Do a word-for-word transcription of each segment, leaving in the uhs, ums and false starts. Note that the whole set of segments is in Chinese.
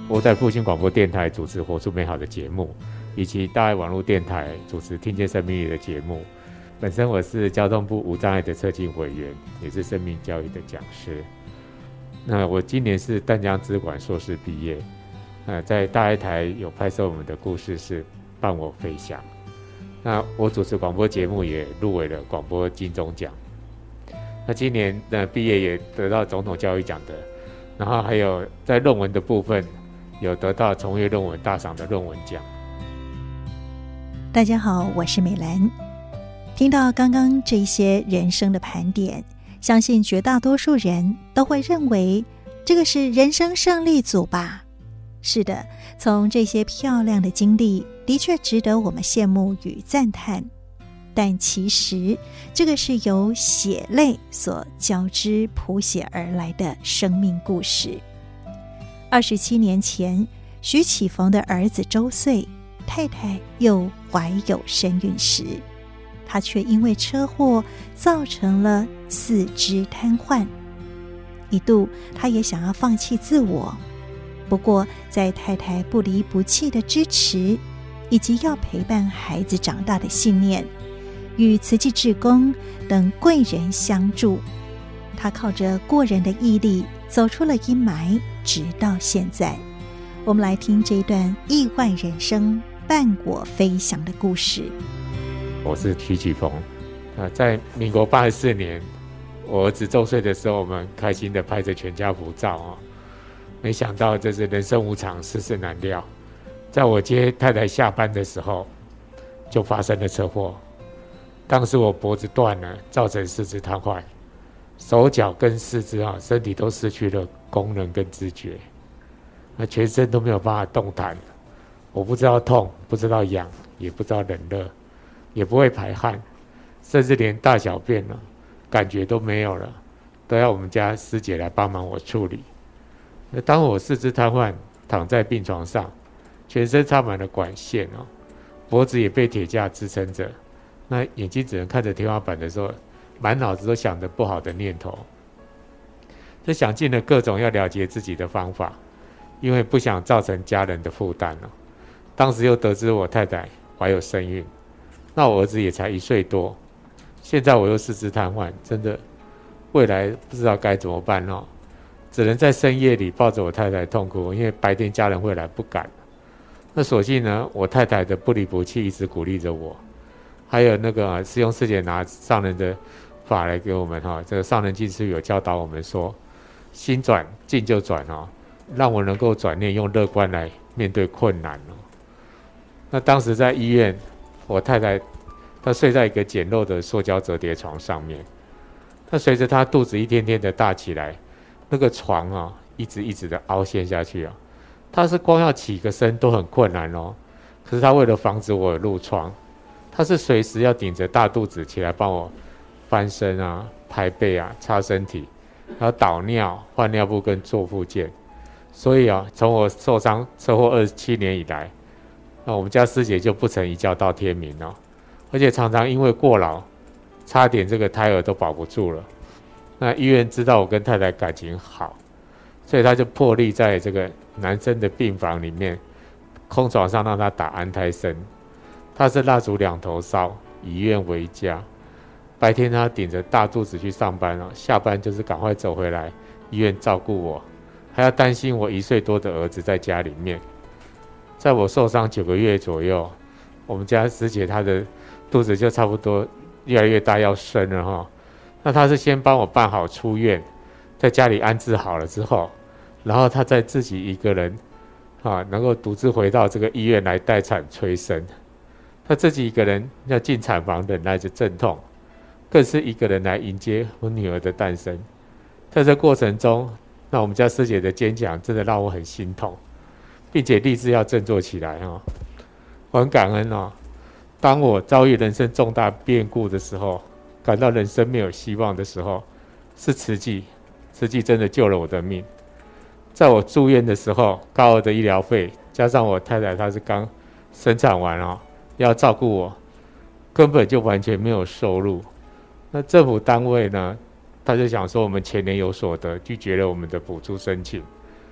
我在复兴广播电台主持活出美好的节目，以及大爱网络电台主持听见生命力的节目。本身我是交通部无障碍的测进委员，也是生命教育的讲师。那我今年是淡江资管硕士毕业，呃，在大爱台有拍摄我们的故事是伴我飞翔。那我主持广播节目也入围了广播金钟奖。那今年的毕业也得到总统教育奖的，然后还有在论文的部分有得到从业论文大赏的论文奖。 大家好，我是美兰。听到刚刚这些人生的盘点，相信绝大多数人都会认为这个是人生胜利组吧。是的，从这些漂亮的经历的确值得我们羡慕与赞叹，但其实这个是由血泪所交织谱写而来的生命故事。二十七年前，徐启逢的儿子周岁，太太又怀有身孕时，他却因为车祸造成了四肢瘫痪。一度他也想要放弃自我，不过在太太不离不弃的支持，以及要陪伴孩子长大的信念，与慈济志工等贵人相助，他靠着过人的毅力走出了阴霾，直到现在。我们来听这一段意外人生伴我飞翔的故事。 我是徐启逢，呃，在民国八十四年，我儿子周岁的时候，我们开心的拍着全家福照哦。没想到这是人生无常，世事难料。在我接太太下班的时候，就发生了车祸。当时我脖子断了，造成四肢瘫痪，手脚跟四肢啊，身体都失去了功能跟知觉，那全身都没有办法动弹。我不知道痛，不知道痒，也不知道冷热，也不会排汗，甚至连大小便呢，感觉都没有了，都要我们家师姐来帮忙我处理。那当我四肢瘫痪，躺在病床上，全身插满了管线哦，脖子也被铁架支撑着，那眼睛只能看着天花板的时候，满脑子都想着不好的念头，就想尽了各种要了结自己的方法，因为不想造成家人的负担哦。当时又得知我太太怀有身孕，那我儿子也才一岁多，现在我又四肢瘫痪，真的未来不知道该怎么办哦。只能在深夜里抱着我太太痛哭，因为白天家人会来不敢。那所幸呢，我太太的不离不弃一直鼓励着我，还有那个、啊、师兄师姐拿上人的法来给我们哈、哦，这个上人进师有教导我们说，心转境就转哦，让我能够转念用乐观来面对困难哦。那当时在医院，我太太她睡在一个简陋的塑胶折叠床上面，那随着她肚子一天天的大起来，那个床啊，一直一直的凹陷下去啊，他是光要起个身都很困难哦。可是他为了防止我有褥疮，他是随时要顶着大肚子起来帮我翻身啊、拍背啊、擦身体，然后导尿、换尿布跟做复健。所以啊，从我受伤车祸二十七年以来，那我们家师姐就不曾一觉到天明哦，而且常常因为过劳，差点这个胎儿都保不住了。那医院知道我跟太太感情好，所以他就破例在这个男生的病房里面空床上让他打安胎针。他是蜡烛两头烧，以医院为家。白天他顶着大肚子去上班哦，下班就是赶快走回来医院照顾我，还要担心我一岁多的儿子在家里面。在我受伤九个月左右，我们家师姐她的肚子就差不多越来越大，要生了哈。那他是先帮我办好出院，在家里安置好了之后，然后他再自己一个人啊，能够独自回到这个医院来待产催生。他自己一个人要进产房忍耐着阵痛，更是一个人来迎接我女儿的诞生。在这过程中，那我们家师姐的坚强真的让我很心痛，并且立志要振作起来哦。我很感恩哦，当我遭遇人生重大变故的时候，感到人生没有希望的时候，是慈济，慈济真的救了我的命。在我住院的时候，高额的医疗费，加上我太太她是刚生产完哦，要照顾我，根本就完全没有收入。那政府单位呢，他就想说我们前年有所得，拒绝了我们的补助申请。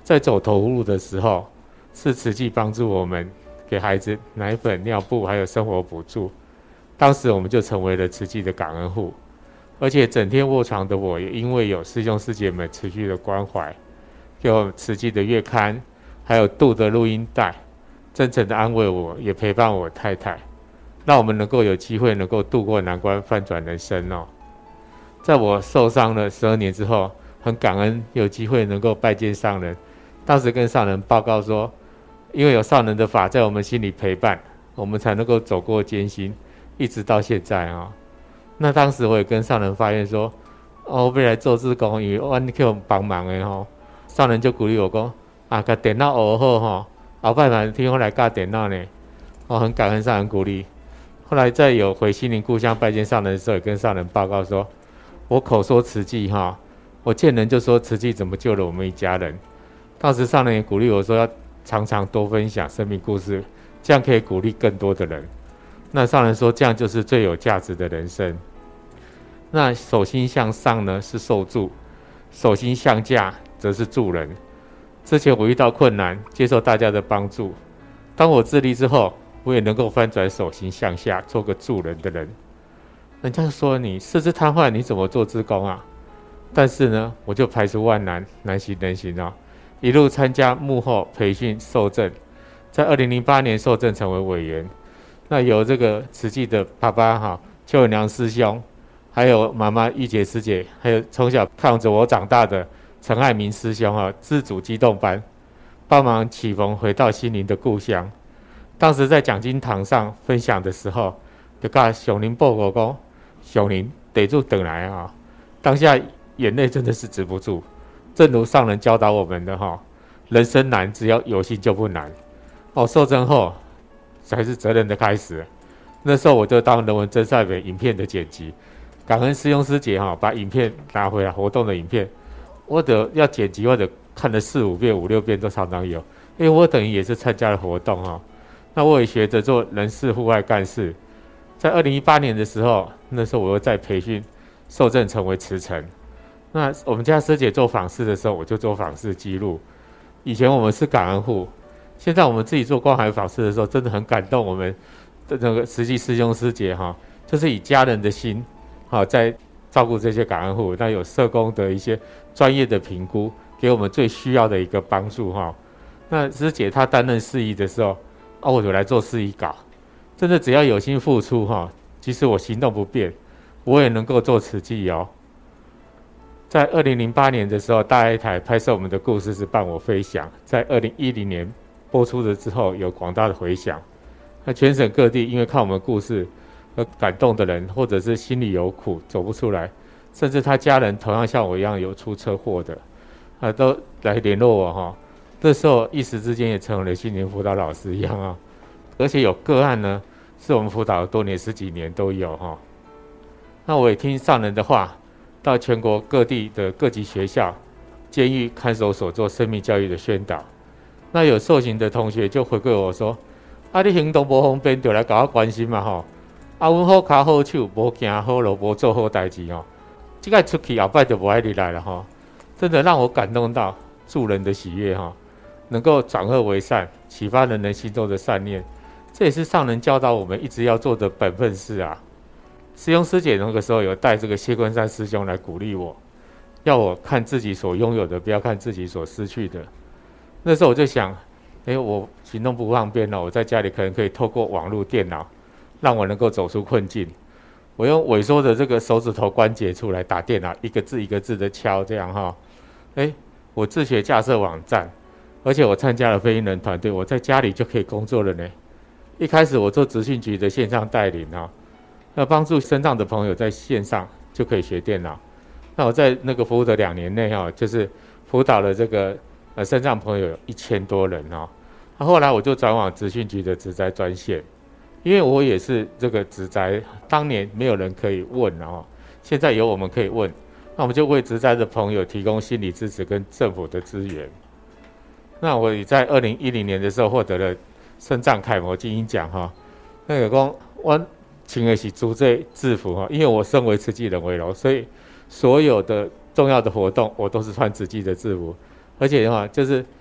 在走投无路的时候，是慈济帮助我们给孩子奶粉、尿布还有生活补助。当时我们就成为了慈济的感恩户，而且整天卧床的我也因为有师兄师姐们持续的关怀，有慈济的月刊，还有杜的录音带，真诚的安慰我，也陪伴我太太，让我们能够有机会能够度过难关，翻转人生哦。在我受伤了十二年之后，很感恩有机会能够拜见上人。当时跟上人报告说，因为有上人的法在我们心里陪伴，我们才能够走过艰辛，一直到现在啊、哦。那当时我也跟上人发愿说，哦，我要来做志工，因为我叫帮忙的吼、哦。上人就鼓励我说，啊，把电脑学好吼，后摆嘛听我来教电脑呢。我很感恩上人鼓励。后来在有回心灵故乡拜见上人的时候，也跟上人报告说，我口说慈济哈，我见人就说慈济怎么救了我们一家人。当时上人也鼓励我说，要常常多分享生命故事，这样可以鼓励更多的人。那上人说，这样就是最有价值的人生。那手心向上呢是受助，手心向下则是助人。之前我遇到困难，接受大家的帮助，当我自立之后，我也能够翻转手心向下，做个助人的人。人家说你四肢瘫痪，你怎么做志工啊？但是呢，我就排除万难，难行能行啊，一路参加幕后培训受证，在二零零八年受证成为委员。那有这个慈济的爸爸哈邱永良师兄，还有妈妈玉洁师姐，还有从小看着我长大的陈爱民师兄哈，自主机动班帮忙启蒙回到心灵的故乡。当时在讲经堂上分享的时候，就跟熊林报告说，熊林得住等来啊！当下眼泪真的是止不住。正如上人教导我们的哈，人生难，只要有心就不难。哦，受证后才是责任的开始。那时候我就当人文真善美影片的剪辑，感恩师兄师姐哈，把影片拿回来，活动的影片，我得要剪辑或者看了四五遍、五六遍都常常有，因为我等于也是参加了活动哈。那我也学着做人事户外干事。在二零一八年的时候，那时候我又在培训受证成为慈诚。那我们家师姐做访视的时候，我就做访视记录。以前我们是感恩户，现在我们自己做关怀访视的时候，真的很感动我们的那个慈济师兄师姐哈，就是以家人的心哈在照顾这些感恩户。那有社工的一些专业的评估，给我们最需要的一个帮助哈。那师姐她担任司仪的时候，啊，我就来做司仪稿。真的只要有心付出哈，即使我行动不便，我也能够做慈济哦。在二零零八年的时候，大爱台拍摄我们的故事是伴我飞翔，在二零一零年播出了之后，有广大的回响。那全省各地因为看我们故事而感动的人，或者是心里有苦走不出来，甚至他家人同样像我一样有出车祸的，啊，都来联络我哈。这时候一时之间也成为了心灵辅导老师一样啊。而且有个案呢，是我们辅导了多年，十几年都有哈。那我也听上人的话，到全国各地的各级学校、监狱看守所做生命教育的宣导。那有受刑的同学就回馈我说：“啊，你行动不方便，就来搞我关心嘛吼。啊，阮好脚好手，无行好路，无做好代志哦。这个出去后摆就不爱你来了哈。”真的让我感动到助人的喜悦哈，能够转恶为善，启发人人心中的善念。这也是上人教导我们一直要做的本分事啊。师兄师姐那个时候有带这个谢坤山师兄来鼓励我，要我看自己所拥有的，不要看自己所失去的。那时候我就想，哎，我行动不方便了，我在家里可能可以透过网络电脑，让我能够走出困境。我用萎缩的这个手指头关节处来打电脑，一个字一个字的敲，这样哈。哎，我自学架设网站，而且我参加了非营人团队，我在家里就可以工作了呢。一开始我做职训局的线上带领啊，要帮助身障的朋友在线上就可以学电脑。那我在那个服务的两年内啊，就是辅导了这个呃身障朋友有一千多人啊。那后来我就转往职训局的职灾专线，因为我也是这个职灾，当年没有人可以问啊，现在有我们可以问，那我们就为职灾的朋友提供心理支持跟政府的资源。那我也在二零一零年的时候获得了身障楷模金鹰奖哈，那个讲我穿的是租这制服哈，因为我身为慈济人为荣，所以所有的重要的活动我都是穿慈济的制服，而且的话就是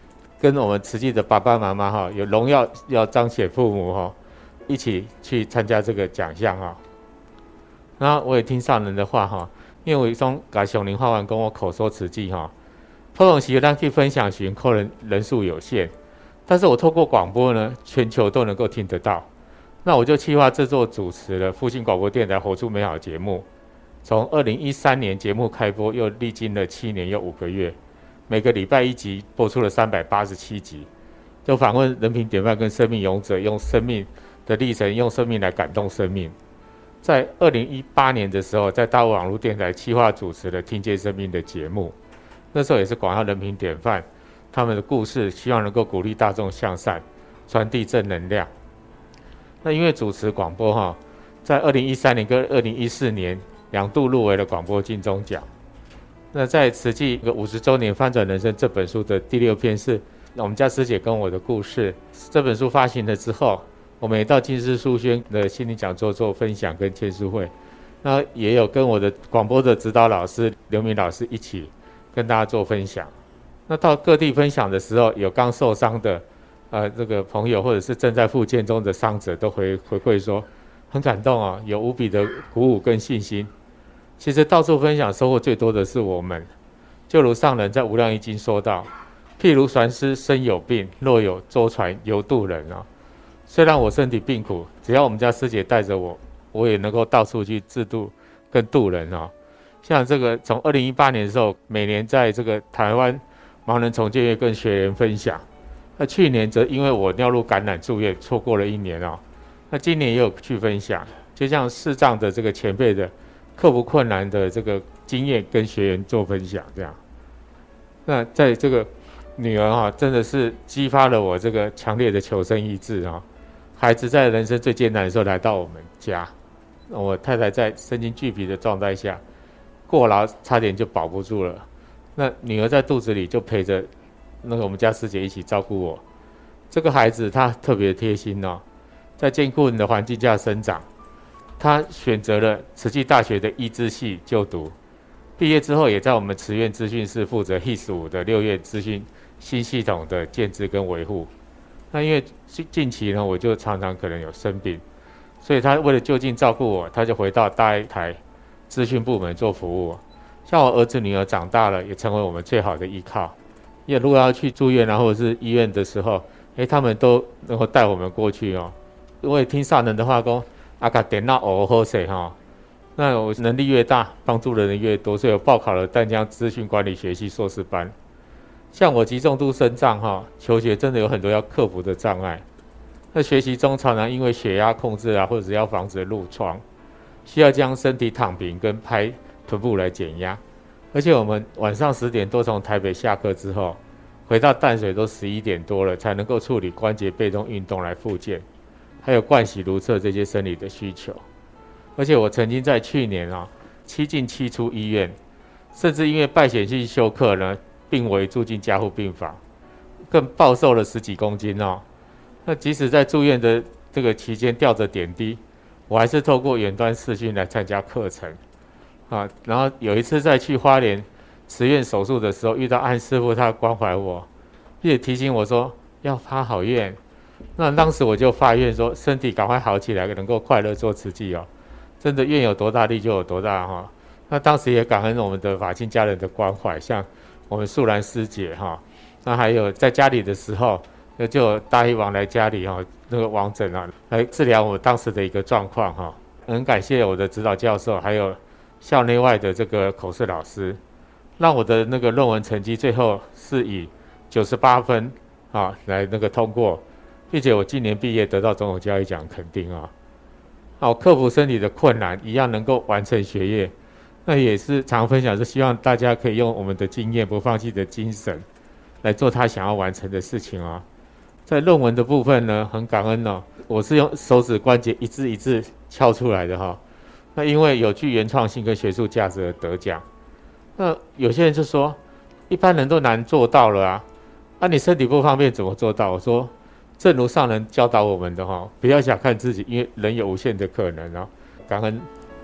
跟我们慈济的爸爸妈妈哈，有荣耀要彰显父母哈，一起去参加这个奖项哈。然后我也听上人的话哈，因为我从甲上林法完跟我口说慈济哈，通常时咱去分享时可能人数有限，但是我透过广播呢，全球都能够听得到。那我就企划制作主持了复兴广播电台活出美好节目，从二零一三年节目开播，又历经了七年又五个月，每个礼拜一集播出了三百八十七集，就访问人品典范跟生命勇者，用生命的历程，用生命来感动生命。在二零一八年的时候，在大陆网络电台企划主持了听见生命的节目，那时候也是广告人品典范他们的故事，希望能够鼓励大众向善，传递正能量。那因为主持广播哈，在二零一三年跟二零一四年两度入围了广播金钟奖。那在慈济一个五十周年翻转人生这本书的第六篇是我们家师姐跟我的故事。这本书发行了之后，我们也到金丝书轩的心灵讲座做分享跟签书会，那也有跟我的广播的指导老师刘明老师一起跟大家做分享。那到各地分享的时候，有刚受伤的呃，这个朋友或者是正在复健中的伤者都回回馈说很感动啊，有无比的鼓舞跟信心。其实到处分享收获最多的是我们，就如上人在无量易经说到，譬如船师身有病，若有舟船犹渡人啊。虽然我身体病苦，只要我们家师姐带着我，我也能够到处去自渡跟渡人啊。像这个从二零一八年的时候，每年在这个台湾盲人重建月跟学员分享。那去年则因为我尿路感染住院，错过了一年哦。那今年也有去分享，就像视障的这个前辈的克服困难的这个经验跟学员做分享这样。那在这个女儿哈、啊，真的是激发了我这个强烈的求生意志啊！孩子在人生最艰难的时候来到我们家，我太太在身心俱疲的状态下，过劳差点就保不住了。那女儿在肚子里就陪着那个我们家师姐一起照顾我。这个孩子他特别贴心哦，在艰苦的环境下生长，他选择了慈济大学的医治系就读，毕业之后也在我们慈院资讯室负责 H I S 五的六院资讯新系统的建制跟维护。那因为近期呢，我就常常可能有生病，所以他为了就近照顾我，他就回到大台资讯部门做服务。像我儿子女儿长大了，也成为我们最好的依靠。也如果要去住院啊，或者是医院的时候，哎，他们都能够带我们过去哦。我也听上人的话说，啊，把电脑学好势哈。那我能力越大，帮助的人越多，所以我报考了淡江资讯管理学系硕士班。像我极重度身障哈，求学真的有很多要克服的障碍。那学习中常常因为血压控制啊，或者是要防止褥疮，需要将身体躺平跟拍臀部来减压。而且我们晚上十点多从台北下课之后，回到淡水都十一点多了，才能够处理关节被动运动来复健，还有盥洗如厕这些生理的需求。而且我曾经在去年啊，七进七出医院，甚至因为败血性休克呢，病危住进加护病房，更暴瘦了十几公斤哦。那即使在住院的这个期间吊着点滴，我还是透过远端视讯来参加课程。啊，然后有一次在去花莲慈院手术的时候，遇到安师傅，他关怀我，也提醒我说要发好愿。那当时我就发愿说，身体赶快好起来，能够快乐做慈济哦。真的愿有多大力就有多大哈、哦。那当时也感恩我们的法亲家人的关怀，像我们素兰师姐哈、哦，那还有在家里的时候，就有大医王来家里哈、哦，那个王诊啊，来治疗我当时的一个状况哈、哦。很感谢我的指导教授，还有校内外的这个口试老师，让我的那个论文成绩最后是以九十八分啊来那个通过，并且我今年毕业得到总统教育奖肯定啊。好，克服身体的困难，一样能够完成学业。那也是常分享，是希望大家可以用我们的经验、不放弃的精神，来做他想要完成的事情啊。在论文的部分呢，很感恩哦，我是用手指关节一字一字敲出来的哈、哦。那因为有具原创性跟学术价值而得奖。那有些人就说，一般人都难做到了啊，那、啊、你身体不方便怎么做到？我说，正如上人教导我们的哈，不要小看自己，因为人有无限的可能啊。感恩。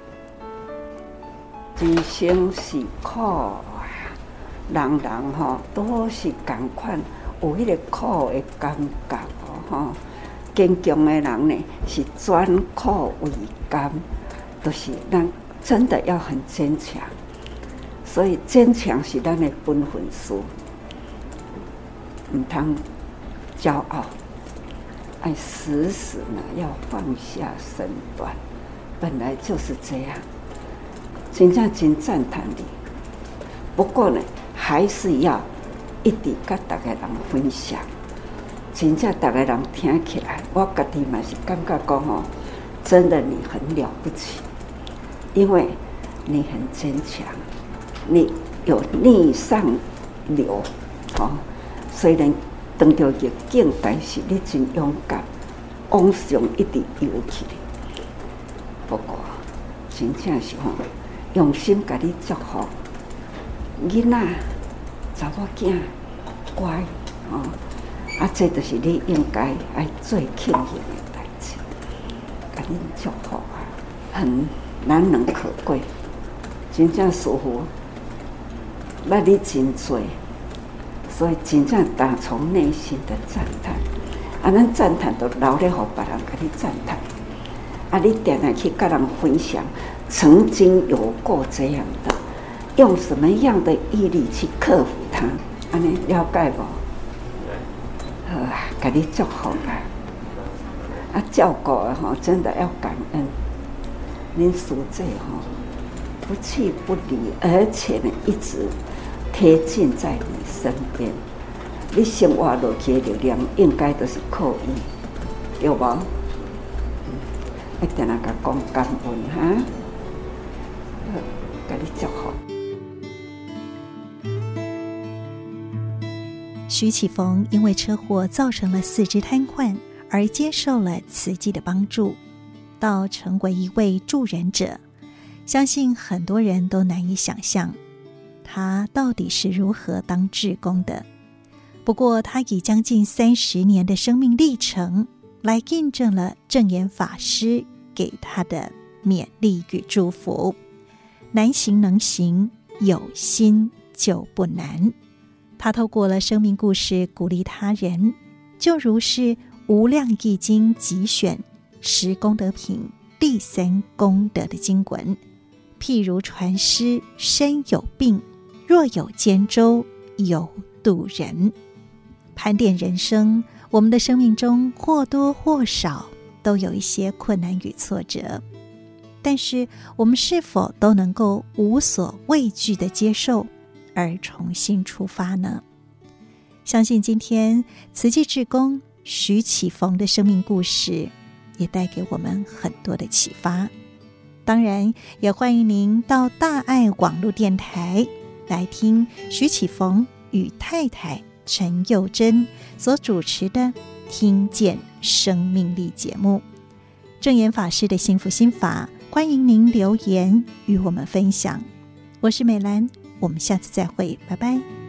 人生是苦，人人吼都是同款， 有迄个苦的感觉哦，吼。坚强的人呢，是转苦为甘，都、就是咱真的要很坚强。所以坚强是咱的本分事，唔通骄傲，爱时时呢要放下身段，本来就是这样。真正真赞叹你，不过呢，还是要一直跟大家人分享。真正大家人听起来，我家己嘛是感觉讲吼，真的你很了不起，因为你很坚强，你有逆上流，吼、哦。虽然碰到逆境，但是你真勇敢，往上一直游起来。不过，真正是吼，用心甲你祝福，囡仔、查某囝乖，吼、哦。啊，这就是你应该爱最庆幸的代志，甲恁祝福啊，很难能可贵。真正师父捌你真多，所以真正打从内心的赞叹。啊，咱赞叹都留咧，互别人甲你赞叹。啊，你定定去甲人分享，曾经有过这样的，用什么样的毅力去克服它？安尼了解无？好啊，给你祝福啦！啊，照顾的吼，真的要感恩。恁师姐吼，不弃不离，而且呢，一直贴近在你身边。你生活落去的力量，应该都是靠伊，对无？嗯，一定要甲讲感恩哈。好，给你祝福。 徐启逢因为车祸造成了四肢瘫痪，而接受了慈济的帮助，到成为一位助人者。相信很多人都难以想象，他到底是如何当志工的。不过，他以将近三十年的生命历程，来印证了证严法师给他的勉励与祝福：难行能行，有心就不难。他透过了生命故事鼓励他人，就如是《无量易经》集选十功德品第三功德的经文，譬如船师身有病，若有兼舟，有渡人。盘点人生，我们的生命中或多或少都有一些困难与挫折，但是我们是否都能够无所畏惧地接受，而重新出发呢？相信今天慈济志工徐启逢的生命故事也带给我们很多的启发。当然也欢迎您到大爱网络电台来听徐启逢与太太陈幼珍所主持的听见生命力节目。证严法师的幸福心法，欢迎您留言与我们分享。我是美兰，我们下次再会，拜拜。